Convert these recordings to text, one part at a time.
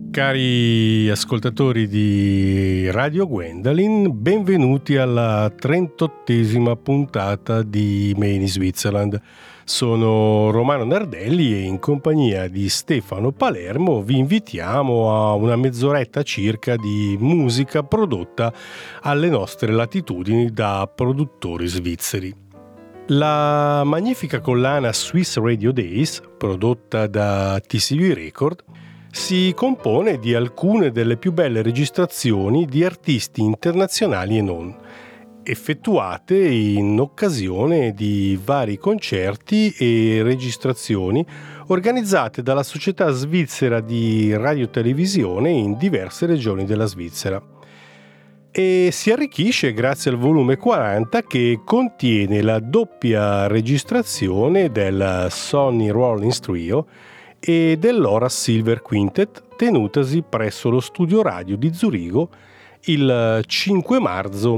Cari ascoltatori di Radio Gwendolyn, benvenuti alla 38esima puntata di Made in Switzerland. Sono Romano Nardelli e in compagnia di Stefano Palermo vi invitiamo a una mezz'oretta circa di musica prodotta alle nostre latitudini da produttori svizzeri. La magnifica collana Swiss Radio Days, prodotta da TCV Record, si compone di alcune delle più belle registrazioni di artisti internazionali e non, effettuate in occasione di vari concerti e registrazioni organizzate dalla Società Svizzera di Radiotelevisione in diverse regioni della Svizzera. E si arricchisce grazie al volume 40 che contiene la doppia registrazione del Sonny Rollins Trio e dell'Horace Silver Quintet tenutasi presso lo studio radio di Zurigo il 5 marzo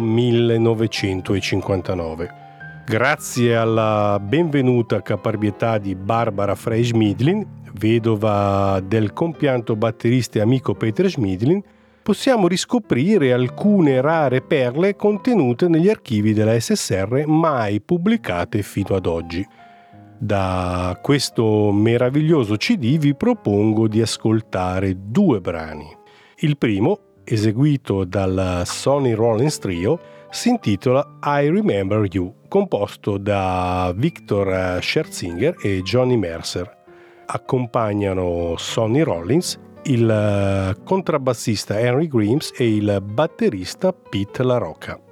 1959. Grazie alla benvenuta caparbietà di Barbara Frey-Schmidlin, vedova del compianto batterista e amico Peter Schmidlin, possiamo riscoprire alcune rare perle contenute negli archivi della SSR mai pubblicate fino ad oggi. Da questo meraviglioso CD vi propongo di ascoltare due brani. Il primo, eseguito dal Sonny Rollins Trio, si intitola I Remember You, composto da Victor Scherzinger e Johnny Mercer. Accompagnano Sonny Rollins, il contrabbassista Henry Grimes e il batterista Pete LaRocca.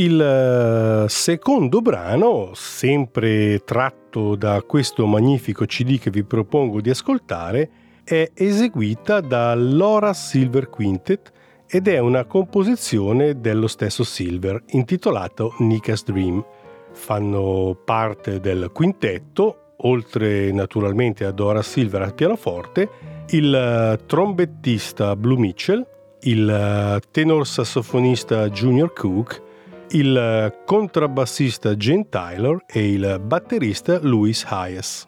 Il secondo brano, sempre tratto da questo magnifico CD che vi propongo di ascoltare, è eseguita da Laura Silver Quintet ed è una composizione dello stesso Silver, intitolato Nika's Dream. Fanno parte del quintetto, oltre naturalmente a Dora Silver al pianoforte, il trombettista Blue Mitchell, il tenor sassofonista Junior Cook, il contrabbassista Gene Taylor e il batterista Louis Hayes.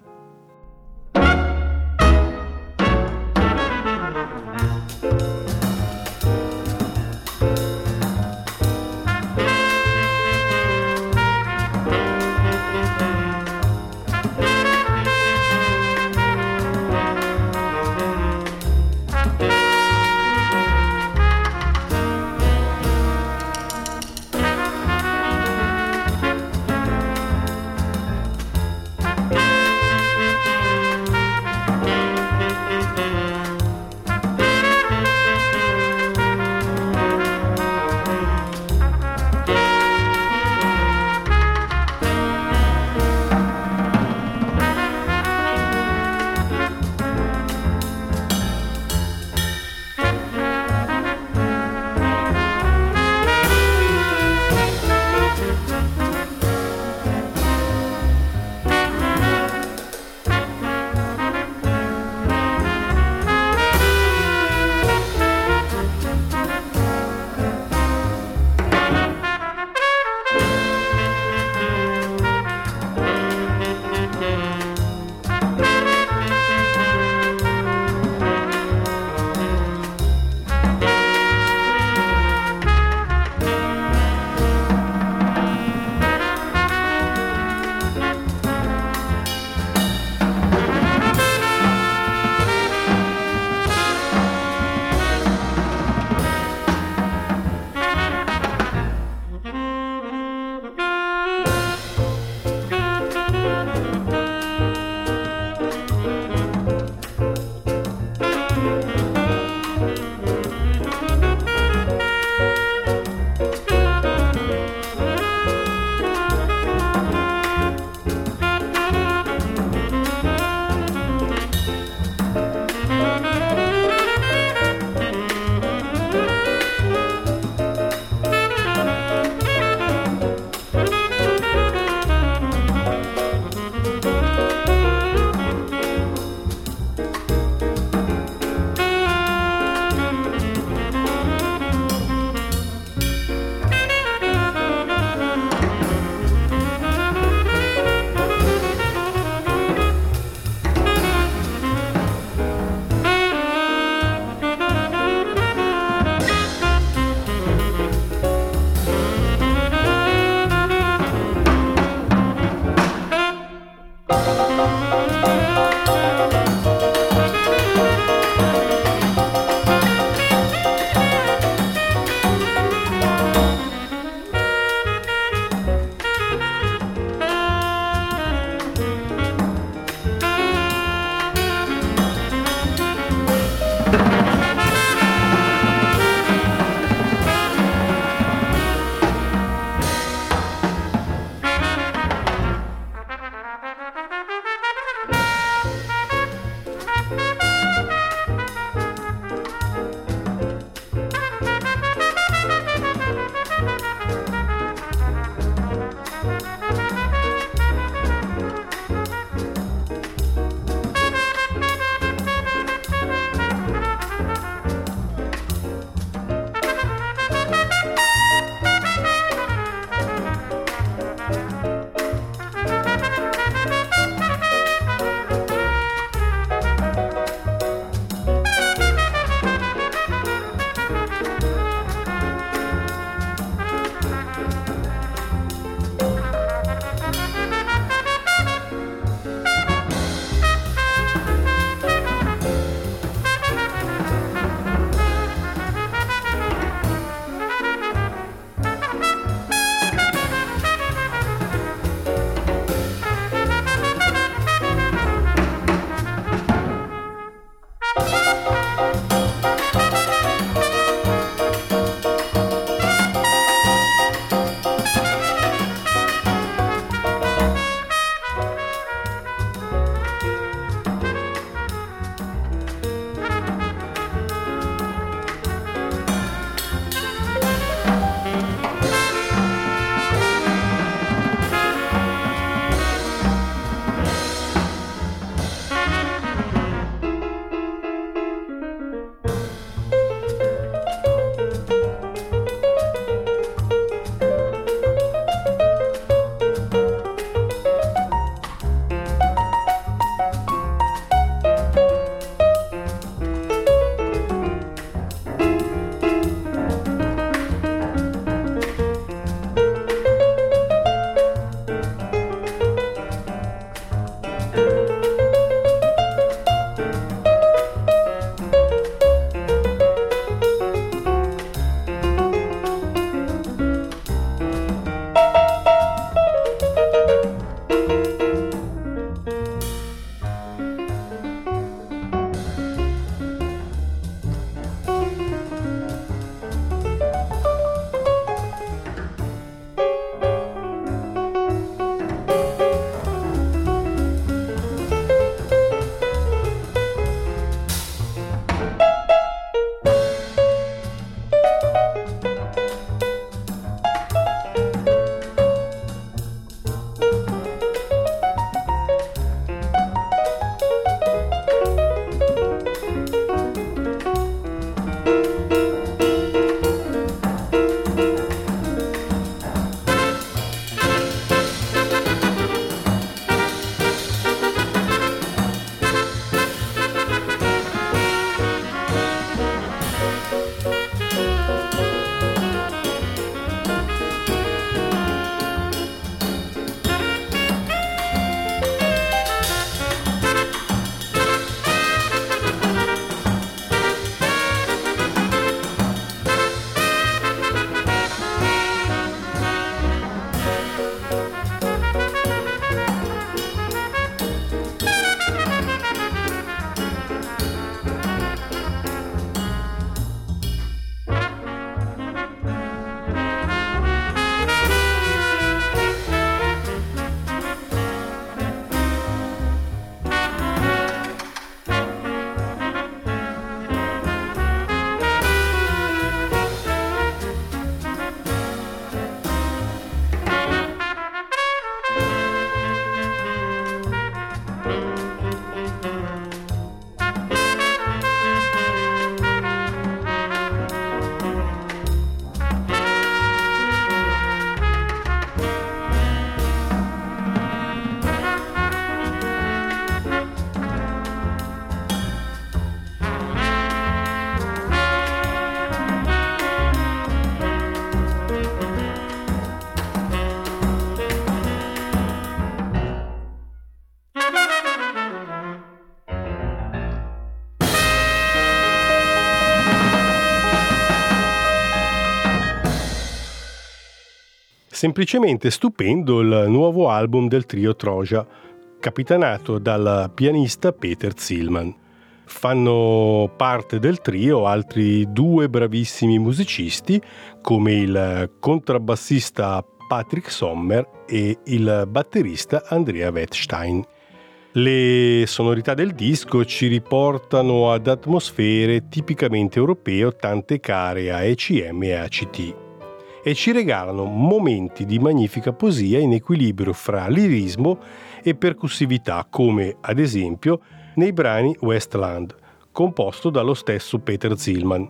Semplicemente stupendo il nuovo album del trio Troja, capitanato dal pianista Peter Zillman. Fanno parte del trio altri due bravissimi musicisti come il contrabbassista Patrick Sommer e il batterista Andrea Wettstein. Le sonorità del disco ci riportano ad atmosfere tipicamente europee tante care a ECM e ACT e ci regalano momenti di magnifica poesia in equilibrio fra lirismo e percussività, come ad esempio nei brani Westland, composto dallo stesso Peter Zillman.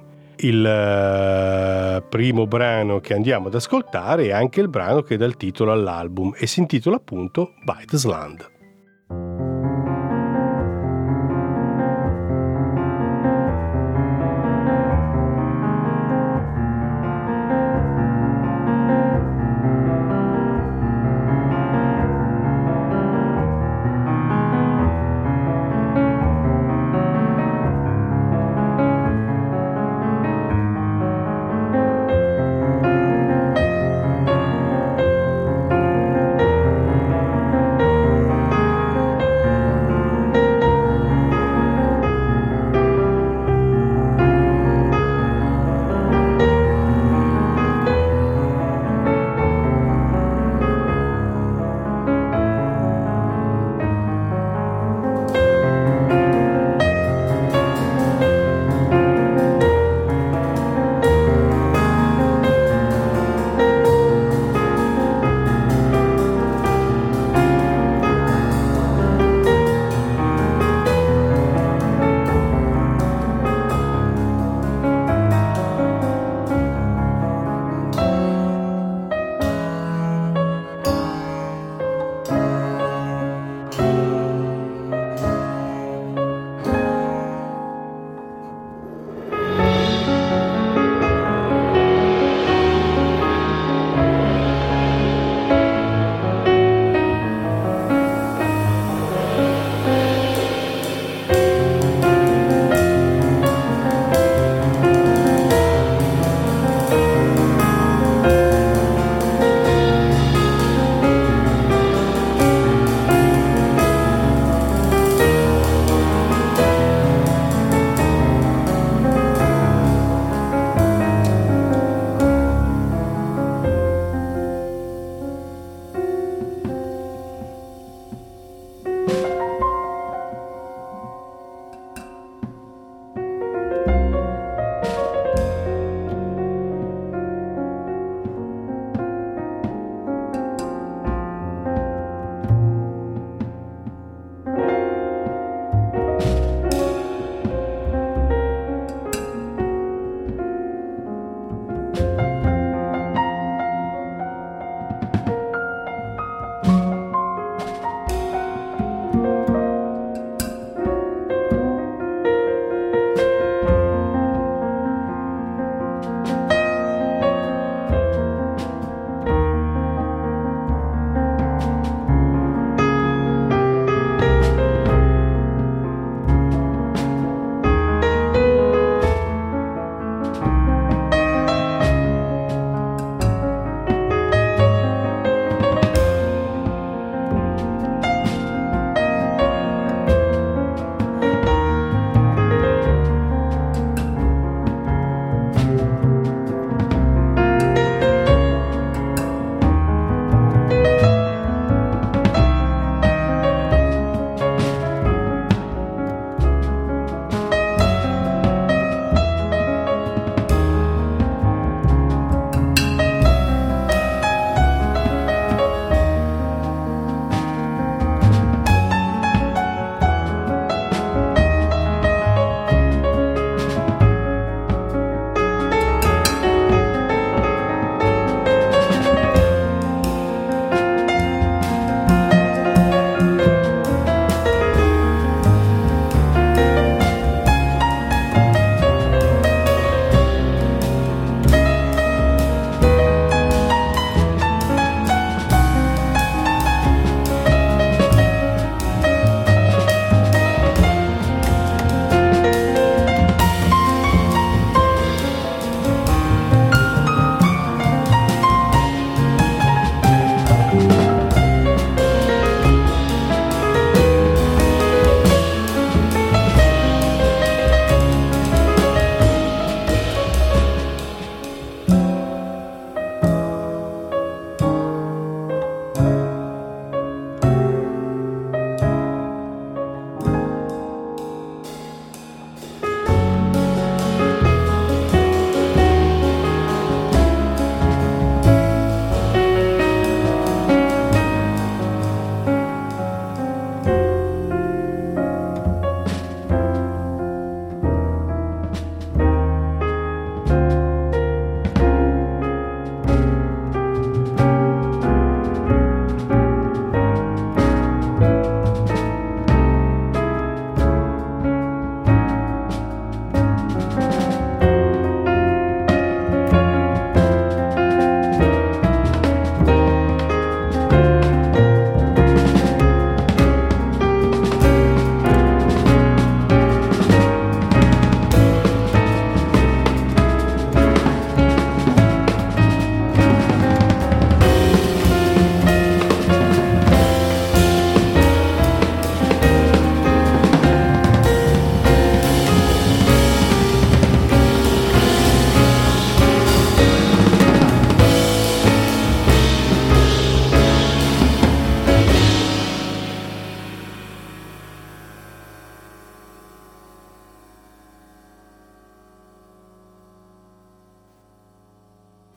Il primo brano che andiamo ad ascoltare è anche il brano che dà il titolo all'album e si intitola appunto Weitesland.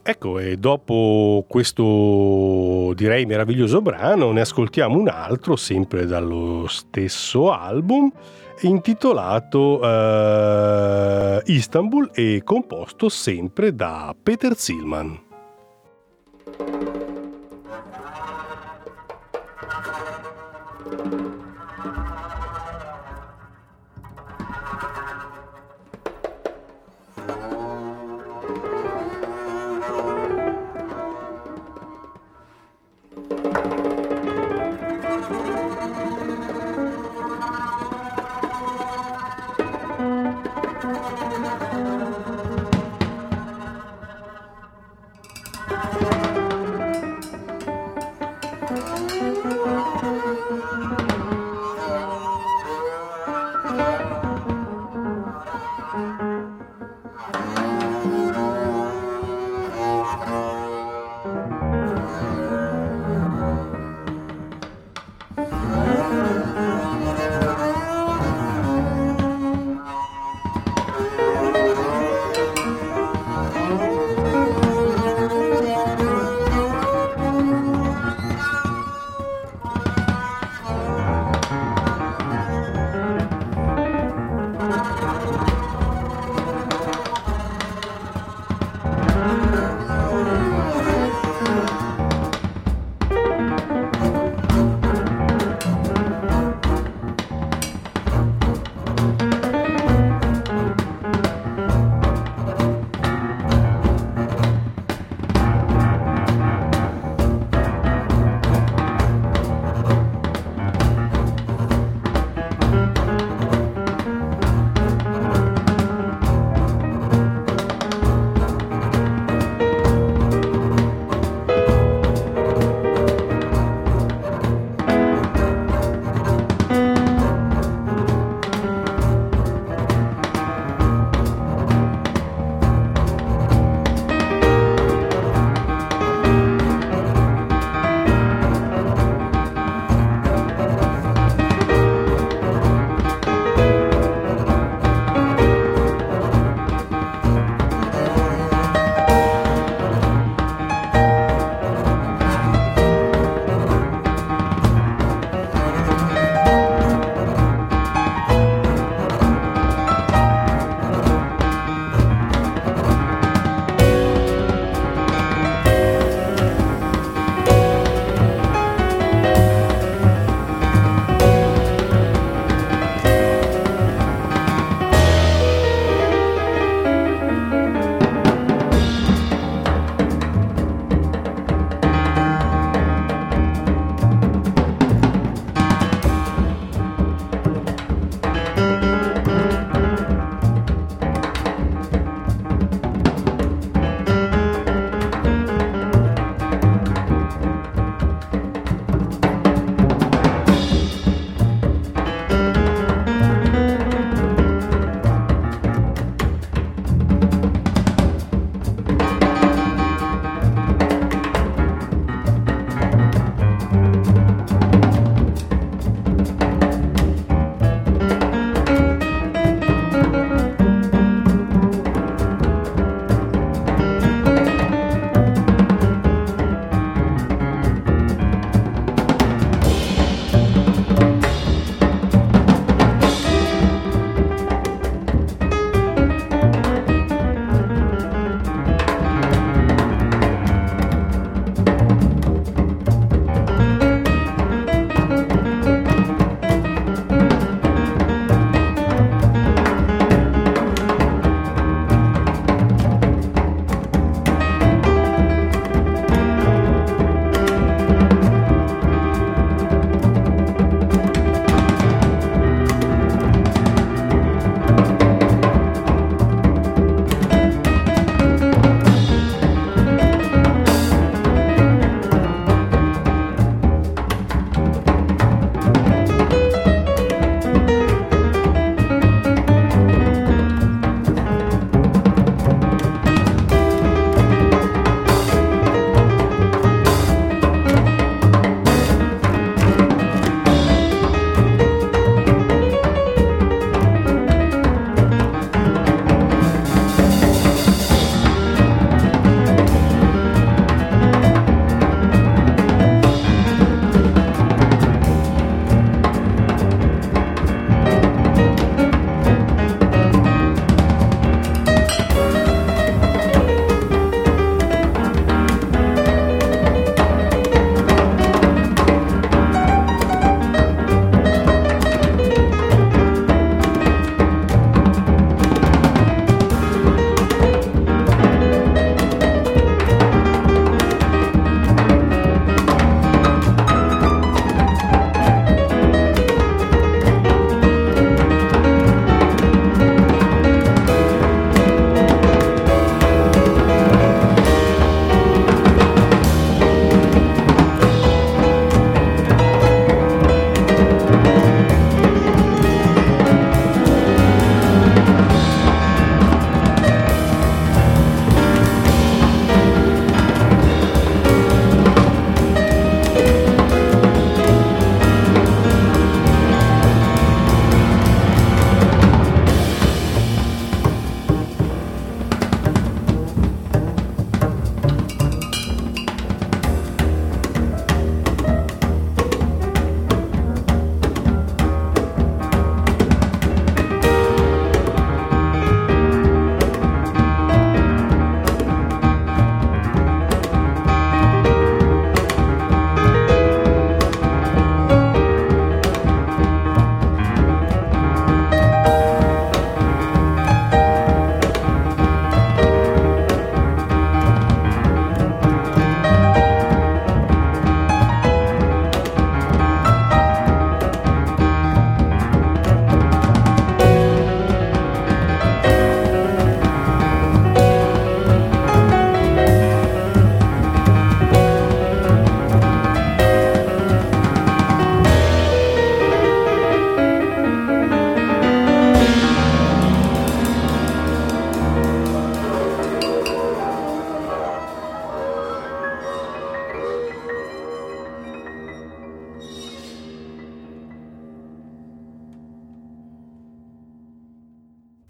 Ecco, e dopo questo direi meraviglioso brano ne ascoltiamo un altro sempre dallo stesso album intitolato Istanbul e composto sempre da Peter Zillman.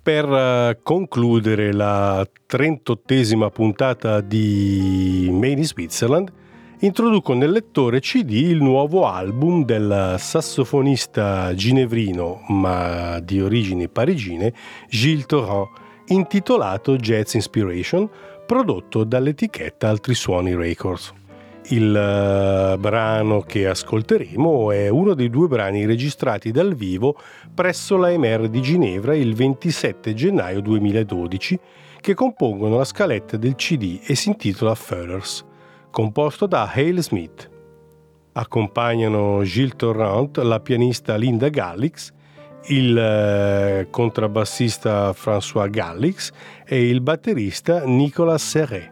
per concludere la 38esima puntata di Made in Switzerland, introduco nel lettore CD il nuovo album del sassofonista ginevrino, ma di origini parigine, Gilles Torrent, intitolato Jazz Inspiration, prodotto dall'etichetta Altri Suoni Records. Il brano che ascolteremo è uno dei 2 brani registrati dal vivo presso la EMER di Ginevra il 27 gennaio 2012, che compongono la scaletta del CD e si intitola Feathers, composto da Hale Smith. Accompagnano Gilles Torrent, la pianista Linda Gallix, il contrabbassista François Gallix e il batterista Nicolas Serret.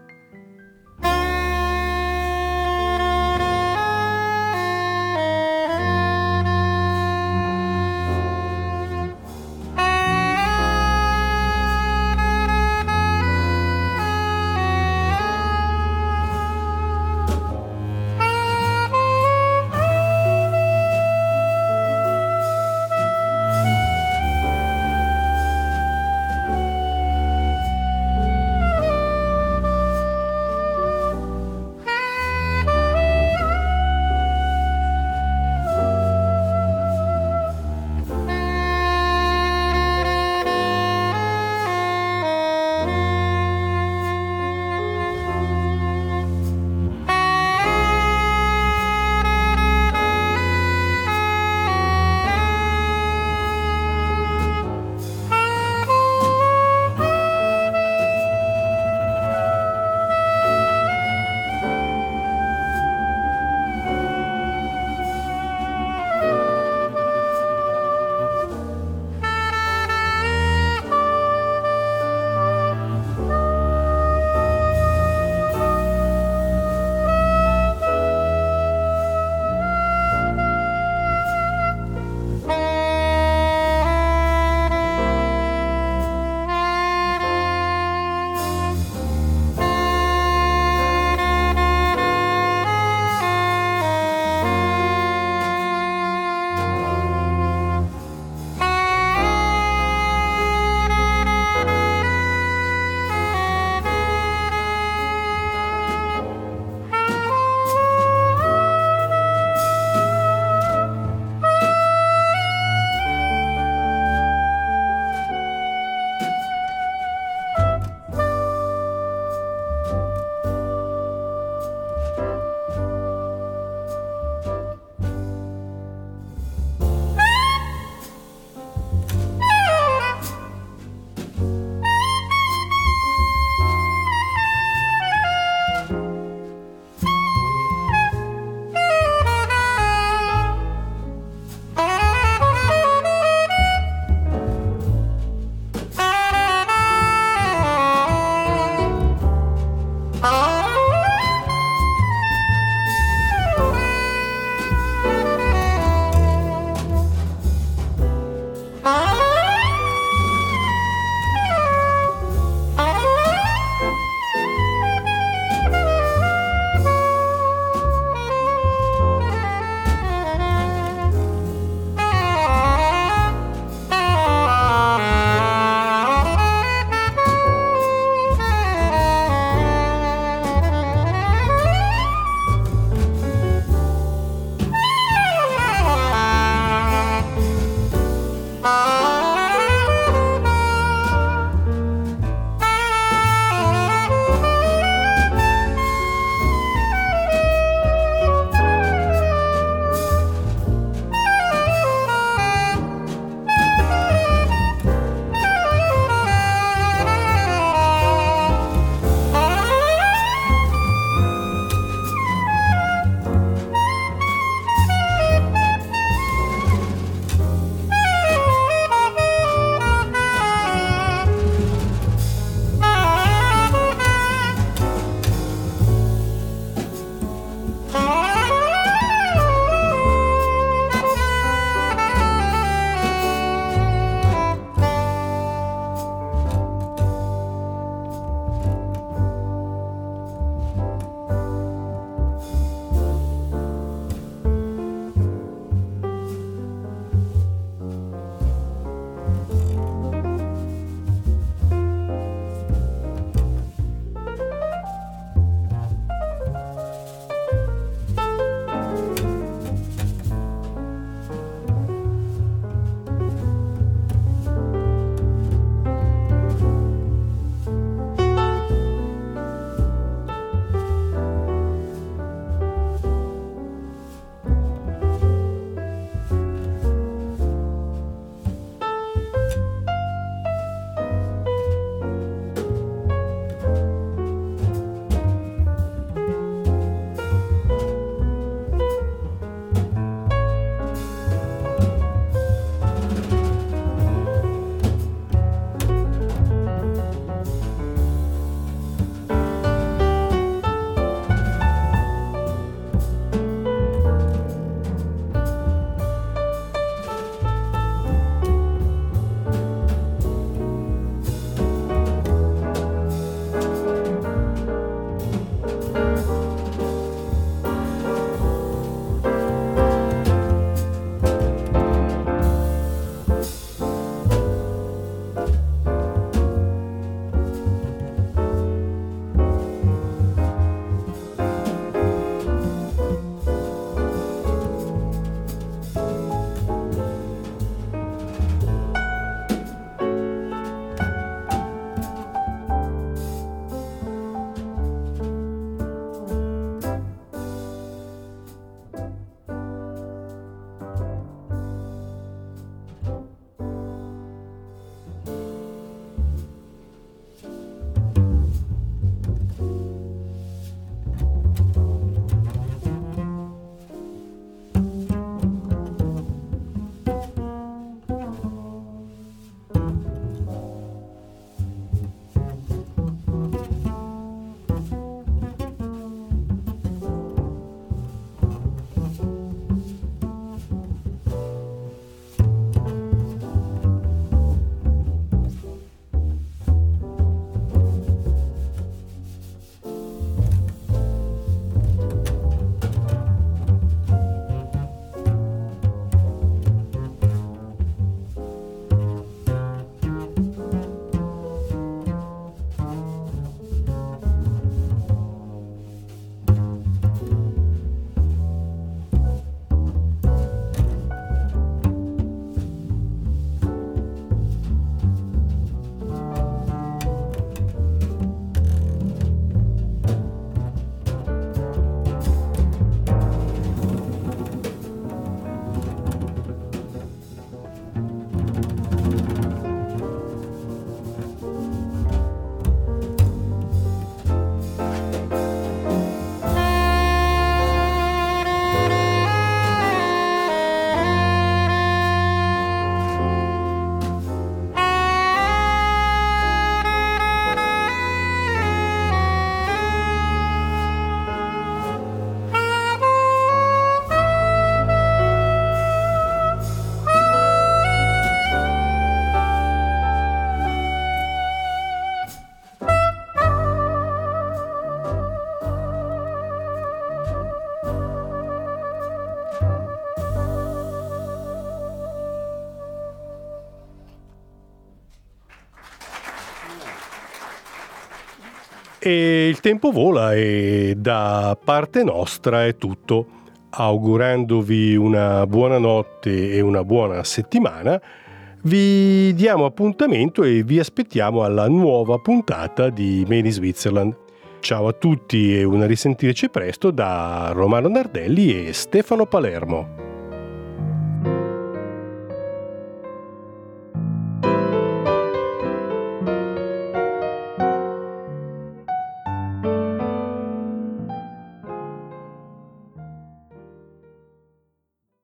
E il tempo vola e da parte nostra è tutto. Augurandovi una buona notte e una buona settimana, vi diamo appuntamento e vi aspettiamo alla nuova puntata di Made in Switzerland. Ciao a tutti e una risentirci presto da Romano Nardelli e Stefano Palermo.